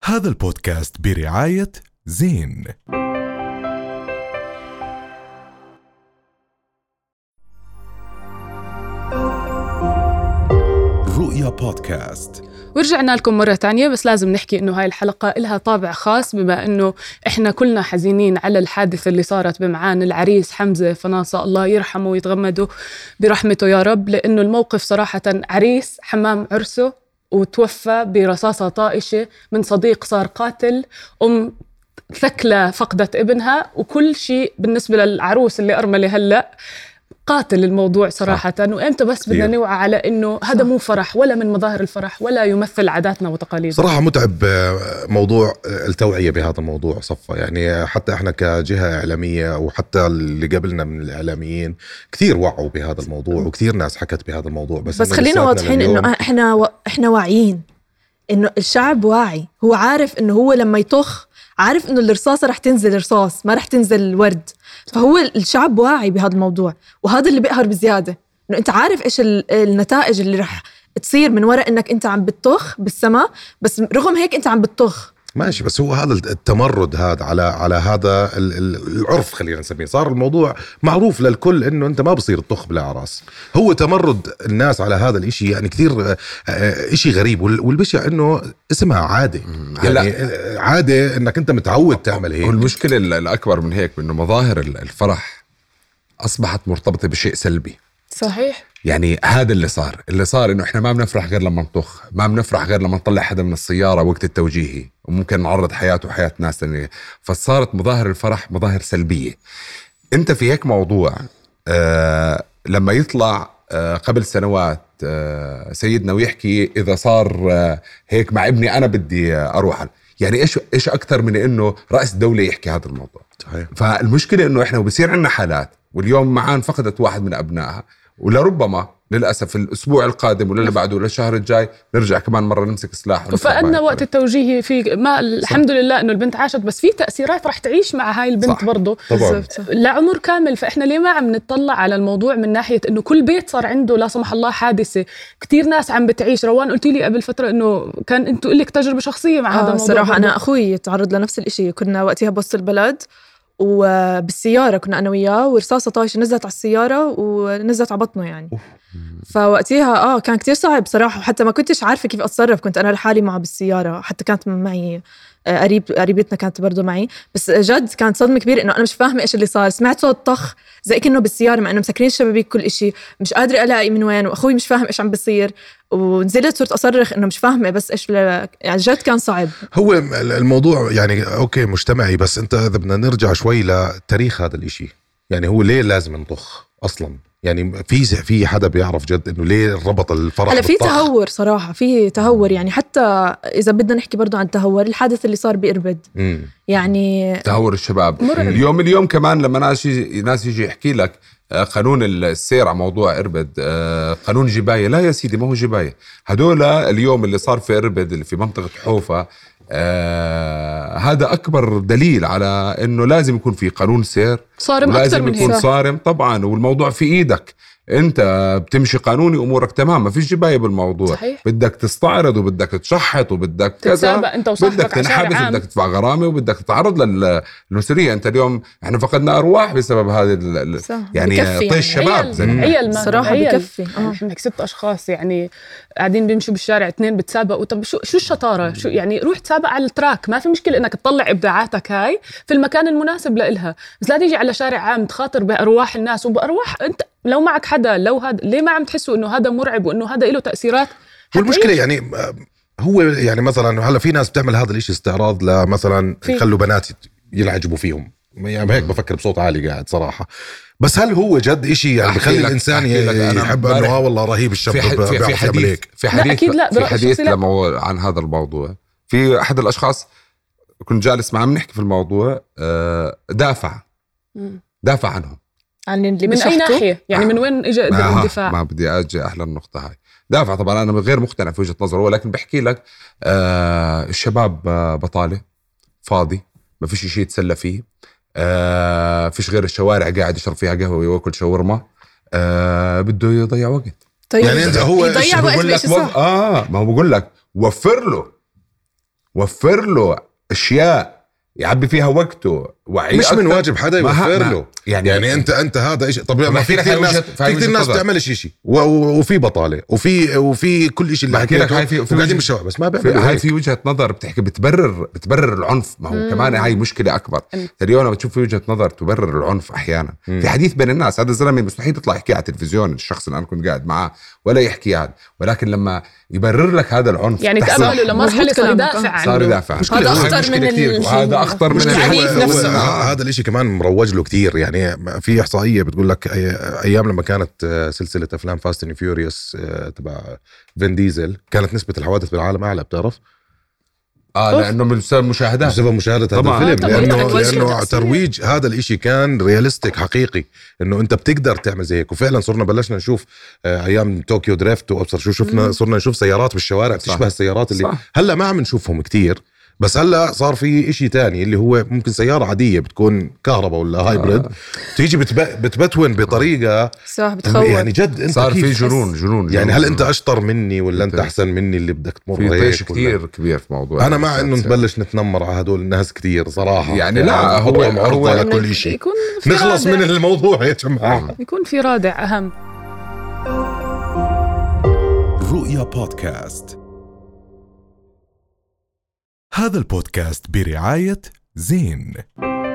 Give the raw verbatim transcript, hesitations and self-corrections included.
هذا البودكاست برعاية زين. رؤيا بودكاست. ورجعنا لكم مرة تانية، بس لازم نحكي إنه هاي الحلقة إلها طابع خاص، بما إنه إحنا كلنا حزينين على الحادثة اللي صارت بمعان العريس حمزة فناصة، الله يرحمه ويتغمده برحمته يا رب. لأنه الموقف صراحة عريس حمام عرسه وتوفى برصاصة طائشة من صديق صار قاتل، أم ثكلة فقدت ابنها، وكل شيء بالنسبة للعروس اللي أرملة هلأ قاتل الموضوع صراحة. وإمتى بس بدنا نوعى على إنه هذا مو فرح ولا من مظاهر الفرح ولا يمثل عاداتنا وتقاليدنا. صراحة متعب موضوع التوعية بهذا الموضوع صفة، يعني حتى إحنا كجهة إعلامية وحتى اللي قبلنا من الإعلاميين كثير وعوا بهذا الموضوع وكثير ناس حكت بهذا الموضوع، بس, بس خلينا واضحين إنه إحنا و... إحنا واعيين، إنه الشعب واعي، هو عارف إنه هو لما يطخ عارف إنه الرصاصة رح تنزل رصاص ما رح تنزل ورد، فهو الشعب واعي بهذا الموضوع. وهذا اللي بيقهر بزيادة، إنه أنت عارف إيش النتائج اللي رح تصير من وراء إنك أنت عم بتطخ بالسماء، بس رغم هيك أنت عم بتطخ. ماشي، بس هو هذا التمرد هذا على على هذا العرف خلينا نسميه، صار الموضوع معروف للكل انه انت ما بصير تطخ بلا عراس. هو تمرد الناس على هذا الاشي، يعني كثير اشي غريب. والبشع انه اسمها عادة، يعني عادة انك انت متعود تعمل هيك. والمشكلة الاكبر من هيك انه مظاهر الفرح اصبحت مرتبطة بشيء سلبي. صحيح، يعني هذا اللي صار اللي صار انه احنا ما بنفرح غير لما نطخ، ما بنفرح غير لما نطلع حدا من السيارة وقت التوجيهي وممكن نعرض حياته وحياة ناس تانية. فصارت مظاهر الفرح مظاهر سلبية. انت في هيك موضوع آه لما يطلع آه قبل سنوات آه سيدنا ويحكي اذا صار آه هيك مع ابني انا بدي آه اروح، يعني ايش ايش اكثر من انه رئيس الدولة يحكي هذا الموضوع. صحيح. فالمشكلة انه احنا بصير عندنا حالات، واليوم معان فقدت واحد من ابنائها، ولربما للأسف الأسبوع القادم ولا اللي بعده ولا الشهر الجاي نرجع كمان مرة نمسك سلاح. وفقدنا وقت التوجيهي في ما الحمد لله إنه البنت عاشت، بس في تأثيرات رح تعيش مع هاي البنت برضو لعمر كامل. فإحنا ليه ما عم نتطلع على الموضوع من ناحية إنه كل بيت صار عنده لا سمح الله حادثة، كتير ناس عم بتعيش. روان قلت لي قبل فترة إنه كان أنتوا لك تجربة شخصية مع آه هذا الموضوع. صراحة أنا أخوي تعرض لنفس الإشي، كنا وقتها بوسط البلد وبالسيارة كنا أنا وياه، ورصاصة طايشة نزلت على السيارة ونزلت على بطنه يعني. فوقتها آه كان كتير صعب صراحة، وحتى ما كنتش عارفة كيف أتصرف. كنت أنا لحالي معه بالسيارة، حتى كانت معي قريب قريبتنا كانت برضو معي، بس جد كانت صدمة كبيرة إنه أنا مش فاهمة إيش اللي صار. سمعت صوت طخ زي كأنه بالسيارة، مع إنه مسكرين الشبابيك كل إشي، مش قادرة ألاقي من وين، وأخوي مش فاهم إيش عم بيصير، ونزلت صرت أصرخ إنه مش فاهمة بس إيش ل... يعني جد كان صعب. هو الموضوع يعني أوكي مجتمعي، بس أنت إذا بدنا نرجع شوي لتاريخ هذا الإشي، يعني هو ليه لازم نطخ أصلاً؟ يعني في في حدا بيعرف جد إنه ليه ربط الفرح هلا في تهور صراحة، في تهور يعني. حتى إذا بدنا نحكي برضو عن التهور، الحادث اللي صار بإربد مم. يعني تهور الشباب مرعب. اليوم اليوم كمان لما ناس يجي ناس يجي يحكي لك قانون السير على موضوع إربد، قانون جباية، لا يا سيدي ما هو جباية. هدول اليوم اللي صار في إربد اللي في منطقة حوفة، آه هذا أكبر دليل على إنه لازم يكون في قانون سير صارم أكثر من يكون صارم طبعا، والموضوع في إيدك أنت، بتمشي قانوني أمورك تمام، ما فيش جباية بالموضوع. صحيح. بدك تستعرض وبدك تشحط وبدك كذا، بدك تنحبس وبدك تدفع غرامة وبدك تتعرض للمسؤولية. أنت اليوم إحنا فقدنا أرواح بسبب هذا يعني طيش الشباب عيال صراحة بكفي. إحنا ست أشخاص يعني قاعدين بيمشوا بالشارع، اثنين بتسابقوا. طب شو شو الشطارة؟ شو يعني روح تسابق على التراك، ما في مشكلة إنك تطلع إبداعاتك هاي في المكان المناسب لإلها، بس لا تيجي على شارع عام تخاطر بأرواح الناس وبأرواح أنت لو معك حدا. لو هذا ليه ما عم تحسوا إنه هذا مرعب وإنه هذا له تأثيرات؟ والمشكلة يعني هو يعني مثلا هلا في ناس بتعمل هذا الاشي استعراض لمثلا يخلوا بنات يلعجبوا فيهم، يعني هيك بفكر بصوت عالي قاعد صراحة. بس هل هو جد إشي يعني بخلي الإنسان يحب أنه آه والله رهيب الشاب في, في, في حديث في حديث لا في حديث لما عن هذا الموضوع، في أحد الأشخاص كنت جالس معه بنحكي في الموضوع، دافع دافع عنهم. عن اللي من أي ناحية يعني؟ من وين إجا الدفاع؟ ما بدي أجي أحلى النقطة هاي. دافع طبعا أنا غير مقتنع في وجهة نظره، ولكن بحكي لك آه الشباب بطالة فاضي، ما فيش شيء يتسلى فيه، آه فيش غير الشوارع قاعد يشرب فيها قهوة ويأكل شاورما، آه بده يضيع وقت. طيب يعني انت هو يضيع وقت لك وف... اه ما هو بقول لك وفر له وفر له اشياء يعبي فيها وقته وعي مش من أكتر. واجب حدا ما ها- يوفر ما- له يعني, يعني انت انت هذا شيء طبيعي. ما في لك كثير هاي ناس وجهة- في هاي كثير وجهة ناس نظر. بتعملش شيء وفي بطاله وفي وفي كل شيء اللي بحكي لك حكيته هاي في- في وقاعدين وجهة- بالشوارع بس ما في بيعملوا هاي هيك. في وجهة نظر بتحكي بتبرر بتبرر العنف. ما هو مم. كمان هاي مشكلة أكبر. مم. اليوم لما تشوف في وجهة نظر تبرر العنف أحيانا مم. في حديث بين الناس. هذا الزلمة مستحيل يطلع يحكي على التلفزيون الشخص اللي أنا كنت قاعد معاه ولا يحكي هذا، ولكن لما يبرر لك هذا العنف يعني تحصل- تأملوا لمرحلة مظبوط صار كلامك. يدافع عنه. صار يدافع عنه. مشكلة. هذا هاي أخطر مشكلة من كتير. ال- وهذا أخطر من مشكلة. الحديث هو- هو نفسه. ه- هذا الاشي كمان مروج له كتير. يعني في احصائيه بتقول لك أي- ايام لما كانت سلسله افلام فاست اند فيوريوس تبع فين ديزل كانت نسبه الحوادث بالعالم اعلى. بتعرف اه لأنه من بسبب مشاهدات. بسبب مشاهده هذا طبعاً. الفيلم، آه، طبعاً. لانه ترويج لانه وتأثير. ترويج هذا الاشي كان رياليستيك حقيقي، انه انت بتقدر تعمل زي هيك. وفعلا صرنا بلشنا نشوف آه، ايام طوكيو دريفت وابصر شو شفنا، صرنا نشوف سيارات بالشوارع بتشبه السيارات اللي صح. هلا ما عم نشوفهم كتير. بس هلا صار في إشي تاني اللي هو ممكن سيارة عادية بتكون كهرباء ولا هايبريد آه. تيجي بتب... بتبتون بطريقة صح بتخوف. يعني جد انت صار في كيف جنون جنون يعني جنون. هل انت اشطر مني ولا انت أنت- احسن مني اللي بدك تمر في هيك طيش ولا- كتير كبير في موضوع انا مع انه السياسة. نبلش نتنمر على هدول الناس كتير صراحة. يعني لا، هو- نحطهم عرضة هو على إنه كل شيء يكون في نخلص رادع. من الموضوع يا جماعة. يكون في رادع أهم. رؤيا بودكاست. هذا البودكاست برعاية زين.